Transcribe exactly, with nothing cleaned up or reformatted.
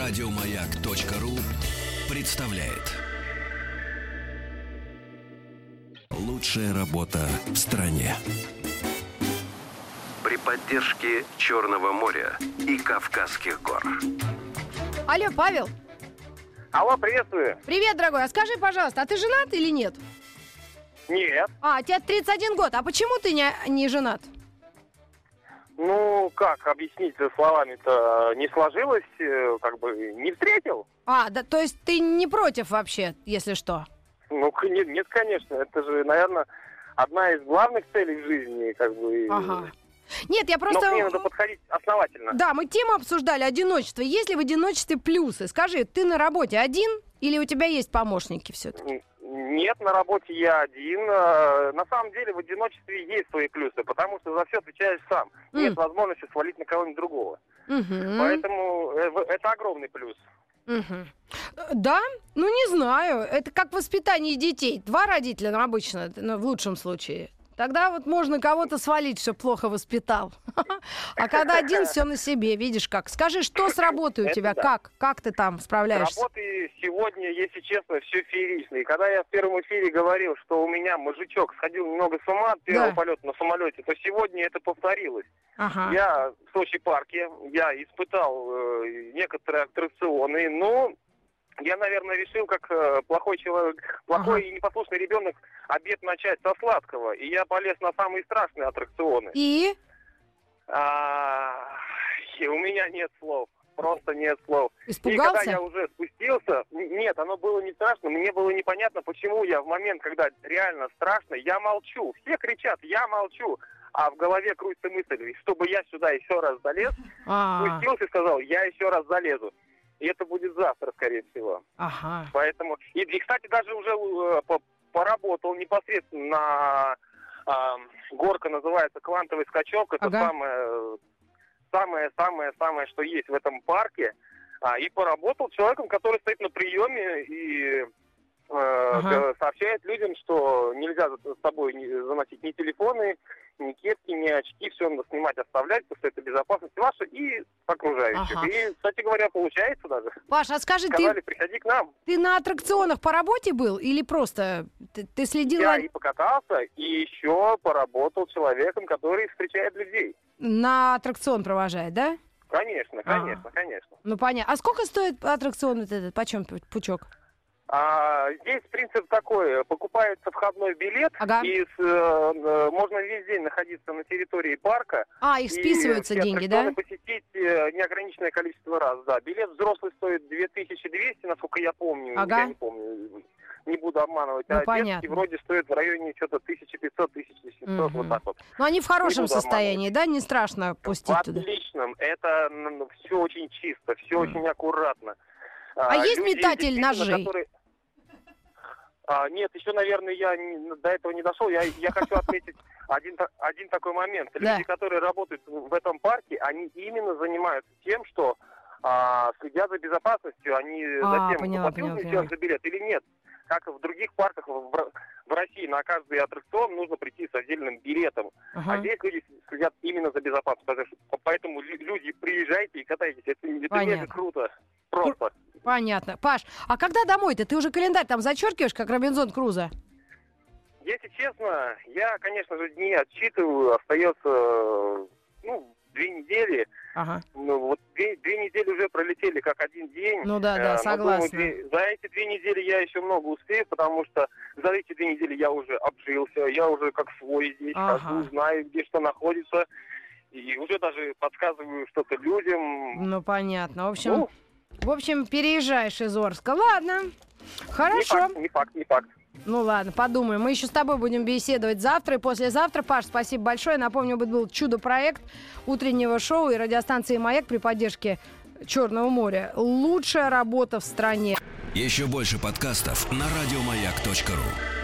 Радиомаяк.ру представляет. Лучшая работа в стране. При поддержке Черного моря и Кавказских гор. Алло, Павел. Алло, приветствую. Привет, дорогой. А скажи, пожалуйста, а ты женат или нет? Нет. А, тебе тридцать один год. А почему ты не, не женат? Ну, как объяснить словами-то, не сложилось, как бы не встретил. А, да, то есть ты не против вообще, если что? Ну, нет, нет, конечно. Это же, наверное, одна из главных целей в жизни, как бы. Ага. Нет, я просто... Но к ней надо подходить основательно. Да, мы тему обсуждали, одиночество. Есть ли в одиночестве плюсы? Скажи, ты на работе один или у тебя есть помощники все-таки? Нет, на работе я один. На самом деле в одиночестве есть свои плюсы, потому что за все отвечаешь сам. Mm. Нет возможности свалить на кого-нибудь другого. Mm-hmm. Поэтому это огромный плюс. Mm-hmm. Да? Ну, не знаю. Это как воспитание детей. Два родителя, ну, обычно, ну, в лучшем случае. Тогда вот можно кого-то свалить, что плохо воспитал. А когда один, все на себе, видишь как. Скажи, что с работой у тебя? Как? Как ты там справляешься? С работой сегодня, если честно, все феерично. И когда я в первом эфире говорил, что у меня мужичок сходил немного с ума от первого да. полета на самолете, то сегодня это повторилось. Ага. Я в Сочи-парке, я испытал э, некоторые аттракционы, но... Я, наверное, решил, как э, плохой человек, плохой ага. и непослушный ребенок, обед начать со сладкого. И я полез на самые страшные аттракционы. И? А, и у меня нет слов. Просто нет слов. Испугался? И когда я уже спустился, нет, оно было не страшно. Мне было непонятно, почему я в момент, когда реально страшно, я молчу. Все кричат, я молчу. А в голове крутится мысль, чтобы я сюда еще раз залез, А-а-а. спустился и сказал, я еще раз залезу. И это будет завтра, скорее всего. Ага. Поэтому... И, и кстати, даже уже э, по, поработал непосредственно на... Э, горка называется «Квантовый скачок». Это ага. самое, самое, самое, самое, что есть в этом парке. А, и поработал человеком, который стоит на приеме и... Ага. сообщает людям, что нельзя с собой заносить ни телефоны, ни кепки, ни очки, все надо снимать, оставлять, потому что это безопасность ваша и окружающих. Ага. И, кстати говоря, получается даже. Паш, а скажи, Сказали, ты, приходи к нам. Ты на аттракционах по работе был или просто ты, ты следил? Я и покатался, и еще поработал человеком, который встречает людей. На аттракцион провожает, да? Конечно, конечно, а. конечно. Ну, понятно. А сколько стоит аттракцион вот этот? Почем пучок? А, здесь принцип такой, покупается входной билет, ага. и с, э, можно весь день находиться на территории парка. А, их списываются и деньги, да? Посетить э, неограниченное количество раз, да. Билет взрослый стоит две тысячи двести, насколько я помню, ага. я не помню, не буду обманывать, ну, а понятно. детский вроде стоит в районе что-то тысяча пятьсот - тысяча семьсот, угу. вот так вот. Но они в хорошем состоянии, да? Не страшно пустить в туда? В отличном, это ну, все очень чисто, все mm. очень аккуратно. А, а есть люди, метатель ножей? Которые... А, нет, еще, наверное, я не, до этого не дошел. Я, я хочу отметить один, один такой момент. Люди, да. которые работают в этом парке, они именно занимаются тем, что а, следят за безопасностью, они а, за тем, поняла, заплатил поняла, ли человек за билет или нет. Как в других парках в, в России на каждый аттракцион нужно прийти с отдельным билетом. Ага. А здесь люди следят именно за безопасностью. Поэтому люди, приезжайте и катайтесь. Это, это мега круто. Просто. Понятно. Паш, а когда домой-то? Ты уже календарь там зачеркиваешь, как Робинзон Крузо? Если честно, я, конечно же, дни отсчитываю. Остается, ну, две недели. Ага. Ну, вот две, две недели уже пролетели как один день. Ну да, да, э, согласна. Думаю, за эти две недели я еще много успею, потому что за эти две недели я уже обжился. Я уже как свой здесь, ага. хожу, знаю, где что находится. И уже даже подсказываю что-то людям. Ну, понятно. В общем... Ну, В общем, переезжаешь из Орска. Ладно, хорошо. Не факт, не факт, не факт. Ну ладно, подумаем. Мы еще с тобой будем беседовать завтра и послезавтра. Паш, спасибо большое. Напомню, это был чудо-проект утреннего шоу и радиостанции «Маяк» при поддержке Черного моря. Лучшая работа в стране. Еще больше подкастов на радиомаяк точка ру.